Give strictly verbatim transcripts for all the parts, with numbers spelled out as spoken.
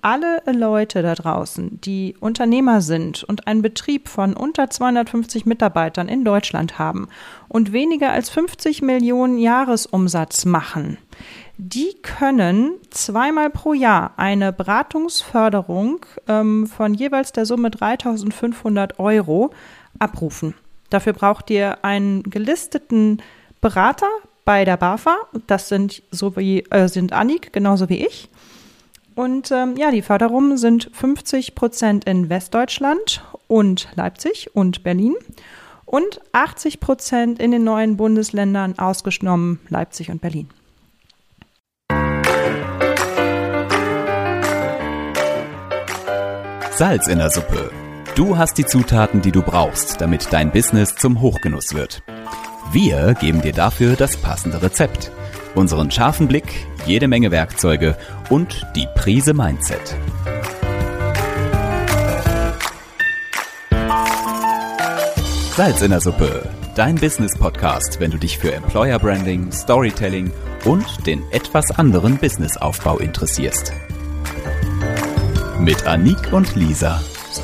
alle Leute da draußen, die Unternehmer sind und einen Betrieb von unter zweihundertfünfzig Mitarbeitern in Deutschland haben und weniger als fünfzig Millionen Jahresumsatz machen, die können zweimal pro Jahr eine Beratungsförderung ähm, von jeweils der Summe dreitausendfünfhundert Euro abrufen. Dafür braucht ihr einen gelisteten Berater bei der BAFA. Das sind so wie äh, sind Annik, genauso wie ich. Und ähm, ja, die Förderungen sind fünfzig Prozent in Westdeutschland und Leipzig und Berlin und achtzig Prozent in den neuen Bundesländern, ausgenommen Leipzig und Berlin. Salz in der Suppe. Du hast die Zutaten, die du brauchst, damit dein Business zum Hochgenuss wird. Wir geben dir dafür das passende Rezept, unseren scharfen Blick, jede Menge Werkzeuge und die Prise Mindset. Salz in der Suppe, dein Business-Podcast, wenn du dich für Employer Branding, Storytelling und den etwas anderen Businessaufbau interessierst. Mit Annik und Lisa.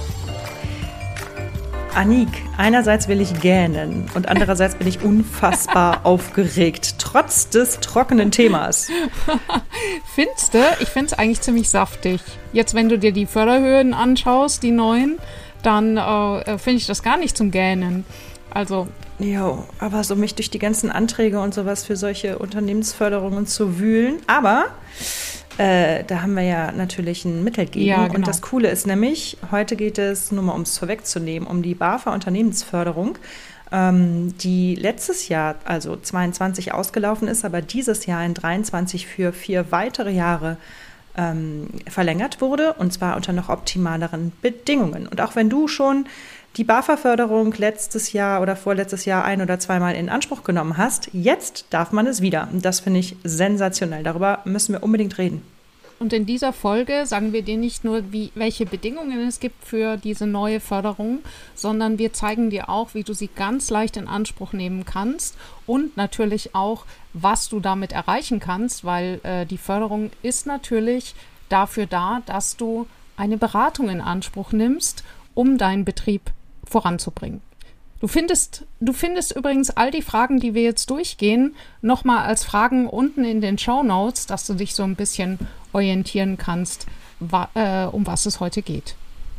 Annik, einerseits will ich gähnen und andererseits bin ich unfassbar aufgeregt, trotz des trockenen Themas. Findest du? Ich finde es eigentlich ziemlich saftig. Jetzt, wenn du dir die Förderhöhen anschaust, die neuen, dann äh, finde ich das gar nicht zum Gähnen. Also... Jo, aber so mich durch die ganzen Anträge und sowas für solche Unternehmensförderungen zu wühlen, aber... Äh, da haben wir ja natürlich ein Mittel gegen. Ja, genau. Und das Coole ist nämlich, heute geht es, nur mal um es vorwegzunehmen, um die BAFA Unternehmensförderung, ähm, die letztes Jahr, also zweiundzwanzig, ausgelaufen ist, aber dieses Jahr in dreiundzwanzig für vier weitere Jahre ähm, verlängert wurde, und zwar unter noch optimaleren Bedingungen. Und auch wenn du schon die BAFA-Förderung letztes Jahr oder vorletztes Jahr ein- oder zweimal in Anspruch genommen hast, jetzt darf man es wieder. Und das finde ich sensationell. Darüber müssen wir unbedingt reden. Und in dieser Folge sagen wir dir nicht nur, wie, welche Bedingungen es gibt für diese neue Förderung, sondern wir zeigen dir auch, wie du sie ganz leicht in Anspruch nehmen kannst und natürlich auch, was du damit erreichen kannst, weil äh, die Förderung ist natürlich dafür da, dass du eine Beratung in Anspruch nimmst, um deinen Betrieb voranzubringen. Du findest, du findest übrigens all die Fragen, die wir jetzt durchgehen, nochmal als Fragen unten in den Shownotes, dass du dich so ein bisschen orientieren kannst, wa, äh, um was es heute geht.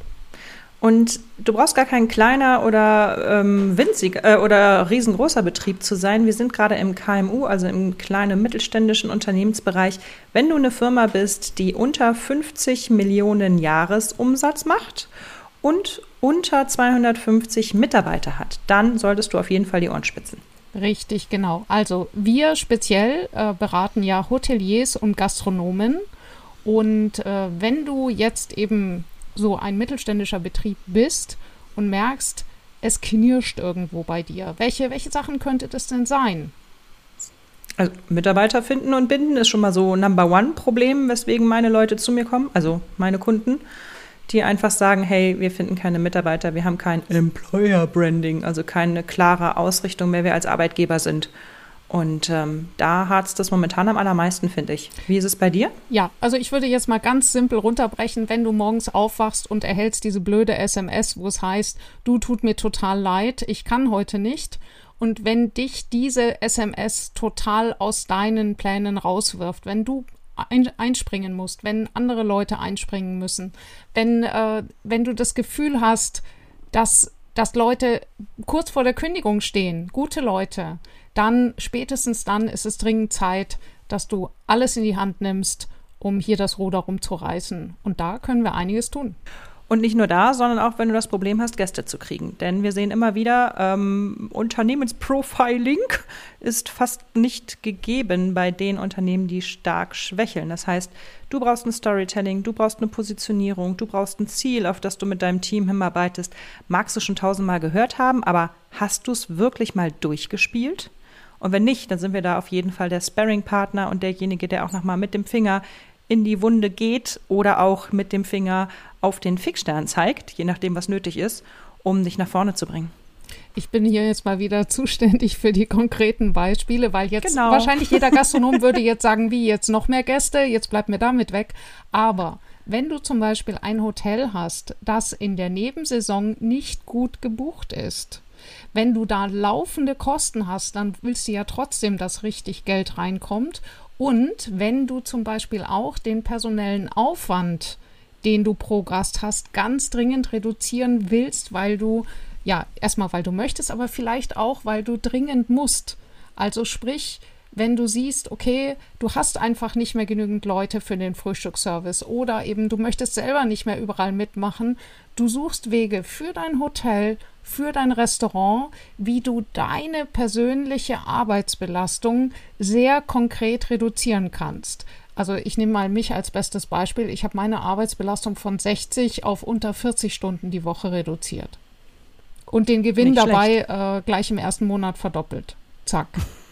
Und du brauchst gar kein kleiner oder ähm, winzig äh, oder riesengroßer Betrieb zu sein. Wir sind gerade im K M U, also im kleinen mittelständischen Unternehmensbereich. Wenn du eine Firma bist, die unter fünfzig Millionen Jahresumsatz macht und unter zweihundertfünfzig Mitarbeiter hat, dann solltest du auf jeden Fall die Ohren spitzen. Richtig, genau. Also wir speziell äh, beraten ja Hoteliers und Gastronomen. Und äh, wenn du jetzt eben so ein mittelständischer Betrieb bist und merkst, es knirscht irgendwo bei dir, welche, welche Sachen könnte das denn sein? Also Mitarbeiter finden und binden ist schon mal so Number-One-Problem, weswegen meine Leute zu mir kommen, also meine Kunden, die einfach sagen, hey, wir finden keine Mitarbeiter, wir haben kein Employer Branding, also keine klare Ausrichtung, wer wir als Arbeitgeber sind. Und ähm, da harzt das momentan am allermeisten, finde ich. Wie ist es bei dir? Ja, also ich würde jetzt mal ganz simpel runterbrechen, wenn du morgens aufwachst und erhältst diese blöde S M S, wo es heißt, du, tut mir total leid, ich kann heute nicht. Und wenn dich diese S M S total aus deinen Plänen rauswirft, wenn du einspringen musst, wenn andere Leute einspringen müssen, wenn, äh, wenn du das Gefühl hast, dass, dass Leute kurz vor der Kündigung stehen, gute Leute, dann spätestens dann ist es dringend Zeit, dass du alles in die Hand nimmst, um hier das Ruder rumzureißen. Und da können wir einiges tun. Und nicht nur da, sondern auch, wenn du das Problem hast, Gäste zu kriegen. Denn wir sehen immer wieder, ähm, Unternehmensprofiling ist fast nicht gegeben bei den Unternehmen, die stark schwächeln. Das heißt, du brauchst ein Storytelling, du brauchst eine Positionierung, du brauchst ein Ziel, auf das du mit deinem Team hinarbeitest. Magst du schon tausendmal gehört haben, aber hast du es wirklich mal durchgespielt? Und wenn nicht, dann sind wir da auf jeden Fall der Sparring-Partner und derjenige, der auch nochmal mit dem Finger in die Wunde geht oder auch mit dem Finger auf den Fixstern zeigt, je nachdem, was nötig ist, um dich nach vorne zu bringen. Ich bin hier jetzt mal wieder zuständig für die konkreten Beispiele, weil jetzt genau. wahrscheinlich jeder Gastronom würde jetzt sagen, wie, jetzt noch mehr Gäste, jetzt bleibt mir damit weg. Aber Wenn du zum Beispiel ein Hotel hast, das in der Nebensaison nicht gut gebucht ist, wenn du da laufende Kosten hast, dann willst du ja trotzdem, dass richtig Geld reinkommt. Und wenn du zum Beispiel auch den personellen Aufwand, den du pro Gast hast, ganz dringend reduzieren willst, weil du, ja, erstmal weil du möchtest, aber vielleicht auch, weil du dringend musst. Also sprich, wenn du siehst, okay, du hast einfach nicht mehr genügend Leute für den Frühstücksservice oder eben du möchtest selber nicht mehr überall mitmachen, du suchst Wege für dein Hotel, für dein Restaurant, wie du deine persönliche Arbeitsbelastung sehr konkret reduzieren kannst. Also ich nehme mal mich als bestes Beispiel. Ich habe meine Arbeitsbelastung von sechzig auf unter vierzig Stunden die Woche reduziert. Und den Gewinn Nicht dabei äh, gleich im ersten Monat verdoppelt. Zack.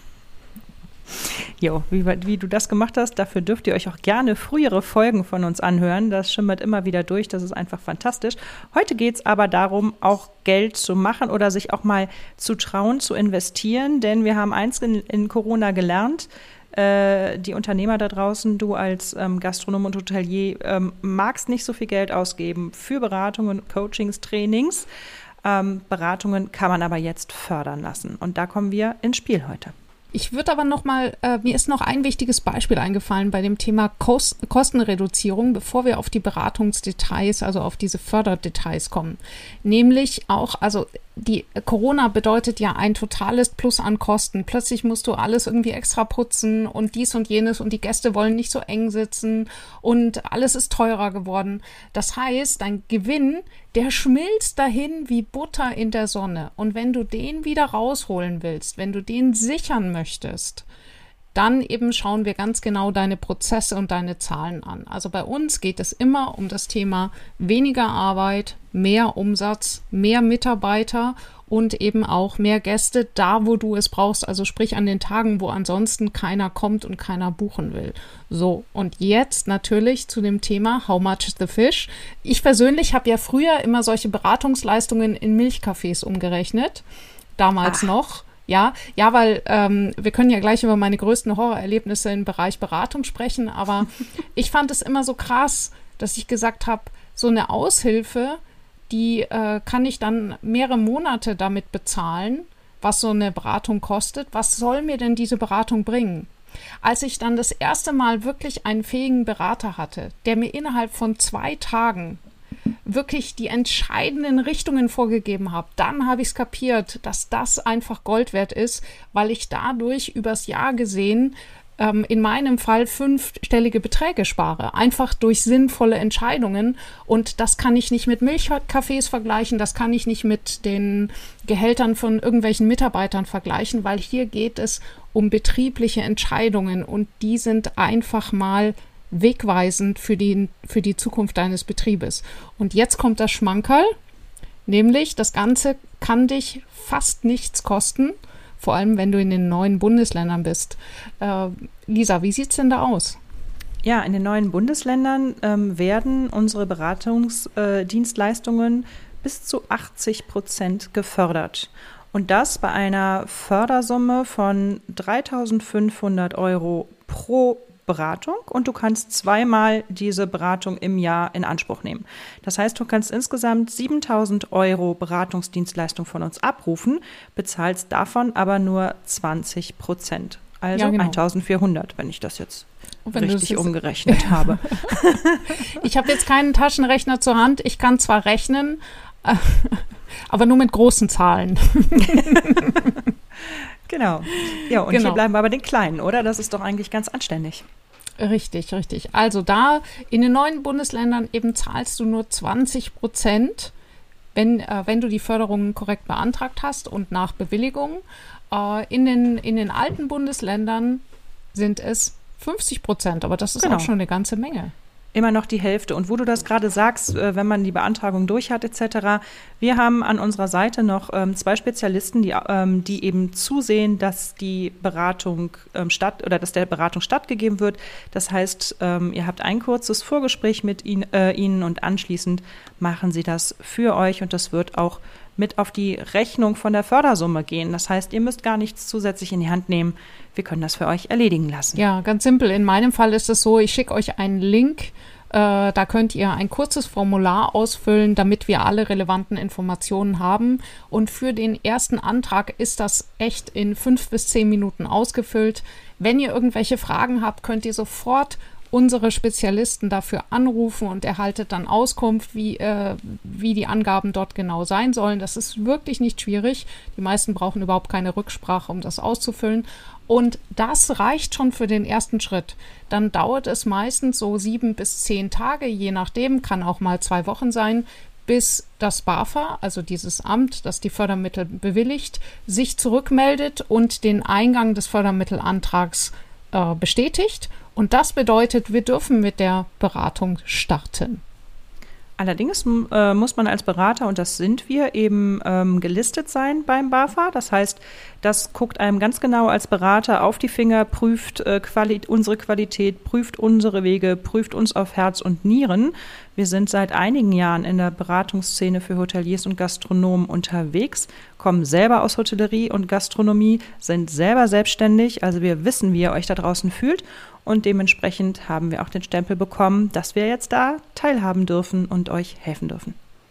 Jo, wie, wie du das gemacht hast, dafür dürft ihr euch auch gerne frühere Folgen von uns anhören. Das schimmert immer wieder durch, das ist einfach fantastisch. Heute geht es aber darum, auch Geld zu machen oder sich auch mal zu trauen, zu investieren. Denn wir haben eins in, in Corona gelernt, äh, die Unternehmer da draußen, du als ähm, Gastronom und Hotelier ähm, magst nicht so viel Geld ausgeben für Beratungen, Coachings, Trainings. Ähm, Beratungen kann man aber jetzt fördern lassen. Und da kommen wir ins Spiel heute. Ich würde aber noch mal, äh, mir ist noch ein wichtiges Beispiel eingefallen bei dem Thema Kost- Kostenreduzierung, bevor wir auf die Beratungsdetails, also auf diese Förderdetails kommen. Nämlich auch, also die Corona bedeutet ja ein totales Plus an Kosten. Plötzlich musst du alles irgendwie extra putzen und dies und jenes und die Gäste wollen nicht so eng sitzen und alles ist teurer geworden. Das heißt, dein Gewinn, der schmilzt dahin wie Butter in der Sonne. Und wenn du den wieder rausholen willst, wenn du den sichern möchtest, dann eben schauen wir ganz genau deine Prozesse und deine Zahlen an. Also bei uns geht es immer um das Thema weniger Arbeit, mehr Umsatz, mehr Mitarbeiter und eben auch mehr Gäste da, wo du es brauchst. Also sprich an den Tagen, wo ansonsten keiner kommt und keiner buchen will. So, und jetzt natürlich zu dem Thema How much is the fish? Ich persönlich habe ja früher immer solche Beratungsleistungen in Milchcafés umgerechnet. Damals Ach. noch. Ja, ja, weil ähm, wir können ja gleich über meine größten Horrorerlebnisse im Bereich Beratung sprechen, aber ich fand es immer so krass, dass ich gesagt habe, so eine Aushilfe, die äh, kann ich dann mehrere Monate damit bezahlen, was so eine Beratung kostet. Was soll mir denn diese Beratung bringen? Als ich dann das erste Mal wirklich einen fähigen Berater hatte, der mir innerhalb von zwei Tagen wirklich die entscheidenden Richtungen vorgegeben habe, dann habe ich es kapiert, dass das einfach Gold wert ist, weil ich dadurch übers Jahr gesehen ähm, in meinem Fall fünfstellige Beträge spare, einfach durch sinnvolle Entscheidungen. Und das kann ich nicht mit Milchcafés vergleichen, das kann ich nicht mit den Gehältern von irgendwelchen Mitarbeitern vergleichen, weil hier geht es um betriebliche Entscheidungen und die sind einfach mal wegweisend für die, für die Zukunft deines Betriebes. Und jetzt kommt das Schmankerl, nämlich das Ganze kann dich fast nichts kosten, vor allem wenn du in den neuen Bundesländern bist. Äh, Lisa, wie sieht es denn da aus? Ja, in den neuen Bundesländern ähm, werden unsere Beratungsdienstleistungen äh, bis zu achtzig Prozent gefördert. Und das bei einer Fördersumme von dreitausendfünfhundert Euro pro Beratung und du kannst zweimal diese Beratung im Jahr in Anspruch nehmen. Das heißt, du kannst insgesamt siebentausend Euro Beratungsdienstleistung von uns abrufen, bezahlst davon aber nur zwanzig Prozent. Also ja, genau. eintausendvierhundert, wenn ich das jetzt wenn richtig jetzt umgerechnet habe. Ich habe jetzt keinen Taschenrechner zur Hand. Ich kann zwar rechnen, aber nur mit großen Zahlen. Genau. Ja, und genau. Hier bleiben wir aber den Kleinen, oder? Das ist doch eigentlich ganz anständig. Richtig, richtig. Also da in den neuen Bundesländern eben zahlst du nur zwanzig Prozent, wenn, äh, wenn du die Förderungen korrekt beantragt hast und nach Bewilligung. Äh, in den, in den alten Bundesländern sind es fünfzig Prozent, aber das ist genau. auch schon eine ganze Menge. Immer noch die Hälfte. Und wo du das gerade sagst, wenn man die Beantragung durch hat et cetera, wir haben an unserer Seite noch ähm, zwei Spezialisten, die, ähm, die eben zusehen, dass die Beratung ähm, statt oder dass der Beratung stattgegeben wird. Das heißt, ähm, ihr habt ein kurzes Vorgespräch mit ihn, äh, ihnen und anschließend machen sie das für euch und das wird auch mit auf die Rechnung von der Fördersumme gehen. Das heißt, ihr müsst gar nichts zusätzlich in die Hand nehmen. Wir können das für euch erledigen lassen. Ja, ganz simpel. In meinem Fall ist es so, ich schicke euch einen Link Äh, da könnt ihr ein kurzes Formular ausfüllen, damit wir alle relevanten Informationen haben. Und für den ersten Antrag ist das echt in fünf bis zehn Minuten ausgefüllt. Wenn ihr irgendwelche Fragen habt, könnt ihr sofort unsere Spezialisten dafür anrufen und erhaltet dann Auskunft, wie, äh, wie die Angaben dort genau sein sollen. Das ist wirklich nicht schwierig. Die meisten brauchen überhaupt keine Rücksprache, um das auszufüllen. Und das reicht schon für den ersten Schritt. Dann dauert es meistens so sieben bis zehn Tage, je nachdem, kann auch mal zwei Wochen sein, bis das BAFA, also dieses Amt, das die Fördermittel bewilligt, sich zurückmeldet und den Eingang des Fördermittelantrags äh, bestätigt. Und das bedeutet, wir dürfen mit der Beratung starten. Allerdings äh, muss man als Berater, und das sind wir, eben ähm, gelistet sein beim BAFA. Das heißt, das guckt einem ganz genau als Berater auf die Finger, prüft äh, Quali- unsere Qualität, prüft unsere Wege, prüft uns auf Herz und Nieren. Wir sind seit einigen Jahren in der Beratungsszene für Hoteliers und Gastronomen unterwegs, kommen selber aus Hotellerie und Gastronomie, sind selber selbstständig. Also wir wissen, wie ihr euch da draußen fühlt. Und dementsprechend haben wir auch den Stempel bekommen, dass wir jetzt da teilhaben dürfen und euch helfen dürfen.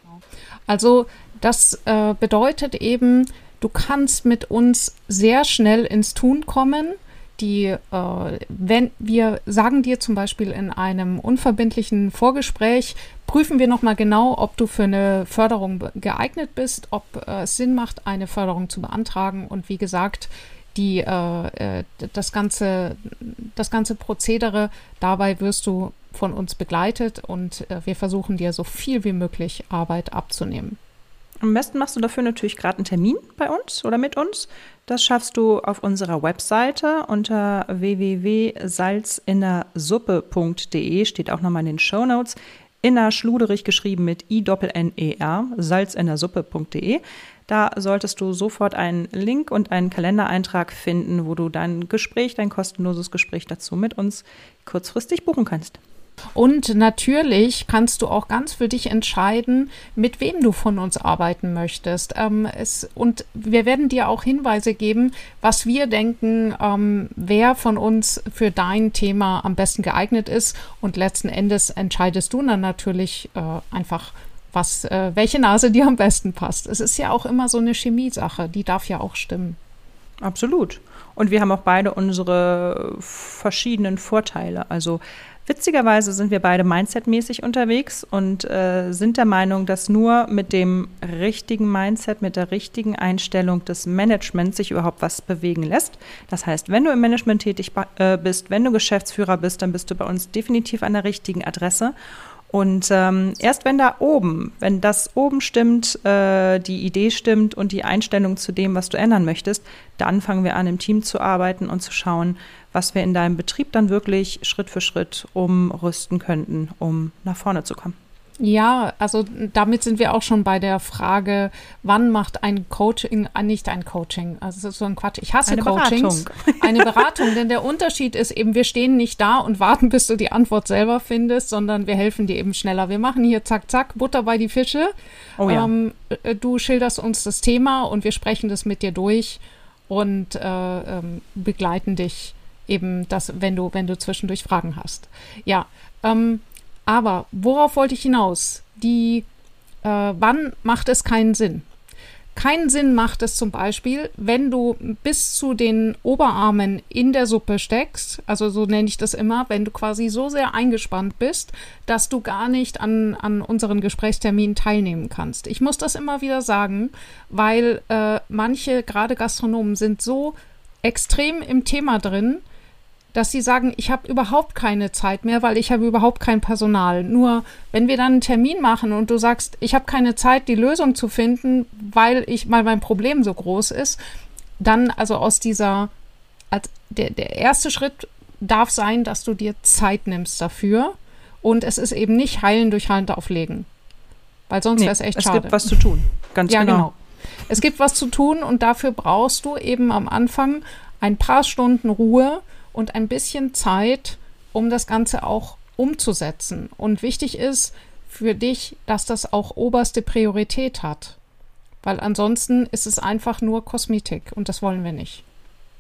Also das äh, bedeutet eben, du kannst mit uns sehr schnell ins Tun kommen. Die, äh, wenn wir sagen dir zum Beispiel in einem unverbindlichen Vorgespräch, prüfen wir nochmal genau, ob du für eine Förderung geeignet bist, ob äh, es Sinn macht, eine Förderung zu beantragen. Und wie gesagt, die, äh, das ganze, das ganze Prozedere, dabei wirst du von uns begleitet und äh, wir versuchen dir so viel wie möglich Arbeit abzunehmen. Am besten machst du dafür natürlich gerade einen Termin bei uns oder mit uns. Das schaffst du auf unserer Webseite unter w w w punkt salz in der suppe punkt d e, steht auch nochmal in den Shownotes. Inner schluderig geschrieben mit I N N E R, salz in der suppe punkt d e. Da solltest du sofort einen Link und einen Kalendereintrag finden, wo du dein Gespräch, dein kostenloses Gespräch dazu mit uns kurzfristig buchen kannst. Und natürlich kannst du auch ganz für dich entscheiden, mit wem du von uns arbeiten möchtest. Ähm, es, und wir werden dir auch Hinweise geben, was wir denken, ähm, wer von uns für dein Thema am besten geeignet ist. Und letzten Endes entscheidest du dann natürlich äh, einfach, was, äh, welche Nase dir am besten passt. Es ist ja auch immer so eine Chemiesache, die darf ja auch stimmen. Absolut. Und wir haben auch beide unsere verschiedenen Vorteile. Also witzigerweise sind wir beide mindsetmäßig unterwegs und äh, sind der Meinung, dass nur mit dem richtigen Mindset, mit der richtigen Einstellung des Managements sich überhaupt was bewegen lässt. Das heißt, wenn du im Management tätig äh, bist, wenn du Geschäftsführer bist, dann bist du bei uns definitiv an der richtigen Adresse. Und ähm, erst wenn da oben, wenn das oben stimmt, äh, die Idee stimmt und die Einstellung zu dem, was du ändern möchtest, dann fangen wir an, im Team zu arbeiten und zu schauen, was wir in deinem Betrieb dann wirklich Schritt für Schritt umrüsten könnten, um nach vorne zu kommen. Ja, also damit sind wir auch schon bei der Frage, wann macht ein Coaching, äh, nicht ein Coaching, also das ist so ein Quatsch, ich hasse eine Coachings. Beratung. Eine Beratung, denn der Unterschied ist eben, wir stehen nicht da und warten, bis du die Antwort selber findest, sondern wir helfen dir eben schneller. Wir machen hier zack, zack, Butter bei die Fische. Oh ja. ähm, du schilderst uns das Thema und wir sprechen das mit dir durch und äh, ähm, begleiten dich eben, das, wenn du, wenn du zwischendurch Fragen hast. Ja, ähm, aber worauf wollte ich hinaus? Die, äh, wann macht es keinen Sinn? Keinen Sinn macht es zum Beispiel, wenn du bis zu den Oberarmen in der Suppe steckst, also so nenne ich das immer, wenn du quasi so sehr eingespannt bist, dass du gar nicht an, an unseren Gesprächsterminen teilnehmen kannst. Ich muss das immer wieder sagen, weil äh, manche, gerade Gastronomen, sind so extrem im Thema drin, dass sie sagen, ich habe überhaupt keine Zeit mehr, weil ich habe überhaupt kein Personal. Nur wenn wir dann einen Termin machen und du sagst, ich habe keine Zeit, die Lösung zu finden, weil ich weil mein Problem so groß ist, dann also aus dieser, als der, der erste Schritt darf sein, dass du dir Zeit nimmst dafür und es ist eben nicht heilen durch Hand auflegen, weil sonst nee, wäre es echt es schade. Es gibt was zu tun, ganz ja, genau. genau. Es gibt was zu tun und dafür brauchst du eben am Anfang ein paar Stunden Ruhe und ein bisschen Zeit, um das Ganze auch umzusetzen. Und wichtig ist für dich, dass das auch oberste Priorität hat. Weil ansonsten ist es einfach nur Kosmetik und das wollen wir nicht.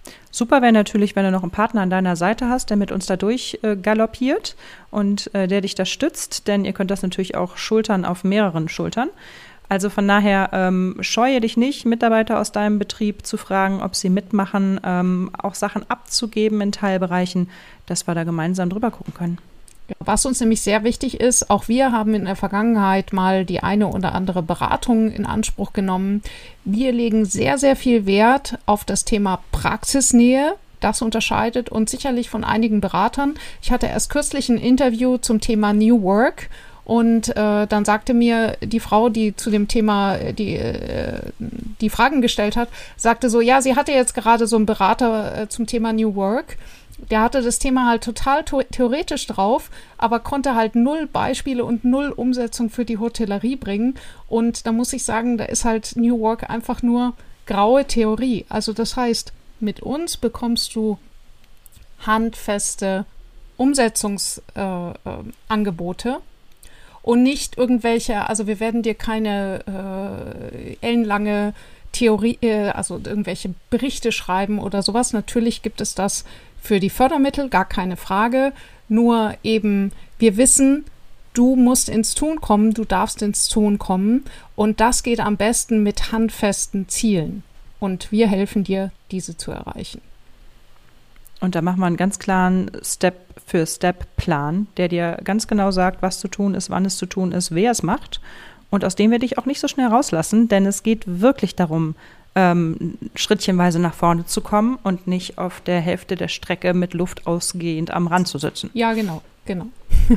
Super wäre natürlich, wenn du noch einen Partner an deiner Seite hast, der mit uns da durch äh, galoppiert und äh, der dich da stützt, denn ihr könnt das natürlich auch schultern auf mehreren Schultern. Also von daher ähm, scheue dich nicht, Mitarbeiter aus deinem Betrieb zu fragen, ob sie mitmachen, ähm, auch Sachen abzugeben in Teilbereichen, dass wir da gemeinsam drüber gucken können. Was uns nämlich sehr wichtig ist, auch wir haben in der Vergangenheit mal die eine oder andere Beratung in Anspruch genommen. Wir legen sehr, sehr viel Wert auf das Thema Praxisnähe. Das unterscheidet uns sicherlich von einigen Beratern. Ich hatte erst kürzlich ein Interview zum Thema New Work und äh, dann sagte mir die Frau, die zu dem Thema die, äh, die Fragen gestellt hat, sagte so, ja, sie hatte jetzt gerade so einen Berater äh, zum Thema New Work. Der hatte das Thema halt total theoretisch drauf, aber konnte halt null Beispiele und null Umsetzung für die Hotellerie bringen. Und da muss ich sagen, da ist halt New Work einfach nur graue Theorie. Also das heißt, mit uns bekommst du handfeste Umsetzungsangebote äh, und nicht irgendwelche, also wir werden dir keine äh, ellenlange Theorie, äh, also irgendwelche Berichte schreiben oder sowas. Natürlich gibt es das für die Fördermittel, gar keine Frage. Nur eben, wir wissen, du musst ins Tun kommen, du darfst ins Tun kommen. Und das geht am besten mit handfesten Zielen. Und wir helfen dir, diese zu erreichen. Und da machen wir einen ganz klaren Step-für-Step-Plan, der dir ganz genau sagt, was zu tun ist, wann es zu tun ist, wer es macht. Und aus dem werde ich auch nicht so schnell rauslassen, denn es geht wirklich darum, ähm, schrittchenweise nach vorne zu kommen und nicht auf der Hälfte der Strecke mit Luft ausgehend am Rand zu sitzen. Ja, genau, genau.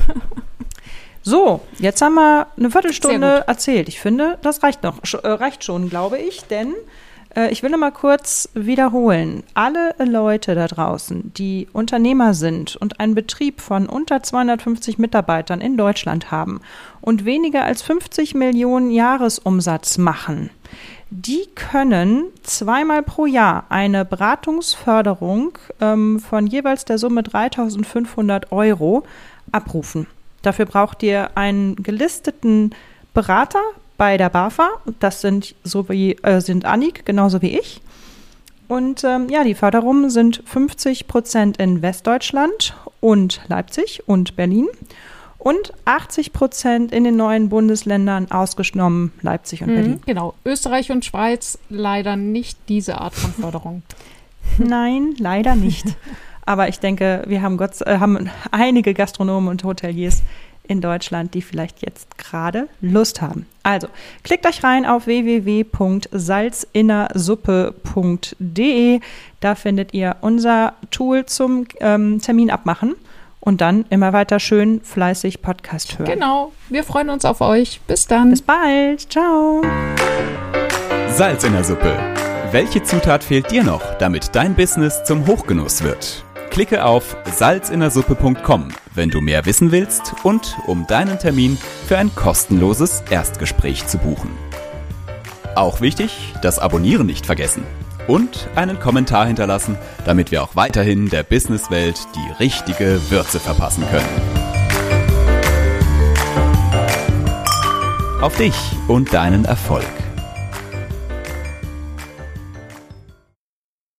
So, jetzt haben wir eine Viertelstunde erzählt. Ich finde, das reicht noch, äh, reicht schon, glaube ich, denn äh, ich will noch mal kurz wiederholen. Alle Leute da draußen, die Unternehmer sind und einen Betrieb von unter zweihundertfünfzig Mitarbeitern in Deutschland haben und weniger als fünfzig Millionen Jahresumsatz machen, die können zweimal pro Jahr eine Beratungsförderung ähm, von jeweils der Summe dreitausendfünfhundert Euro abrufen. Dafür braucht ihr einen gelisteten Berater bei der BAFA. Das sind so wie äh, sind Annik, genauso wie ich. Und ähm, ja, die Förderungen sind fünfzig Prozent in Westdeutschland und Leipzig und Berlin und achtzig Prozent in den neuen Bundesländern, ausgenommen Leipzig und mhm, Berlin. Genau, Österreich und Schweiz leider nicht diese Art von Förderung. Nein, leider nicht. Aber ich denke, wir haben, Gott, äh, haben einige Gastronomen und Hoteliers in Deutschland, die vielleicht jetzt gerade Lust haben. Also, klickt euch rein auf w w w punkt salzinnersuppe punkt d e. Da findet ihr unser Tool zum ähm, Termin abmachen und dann immer weiter schön fleißig Podcast hören. Genau, wir freuen uns auf euch. Bis dann. Bis bald. Ciao. Salz in der Suppe. Welche Zutat fehlt dir noch, damit dein Business zum Hochgenuss wird? Klicke auf salzinnersuppe punkt com, wenn du mehr wissen willst und um deinen Termin für ein kostenloses Erstgespräch zu buchen. Auch wichtig, das Abonnieren nicht vergessen und einen Kommentar hinterlassen, damit wir auch weiterhin der Businesswelt die richtige Würze verpassen können. Auf dich und deinen Erfolg.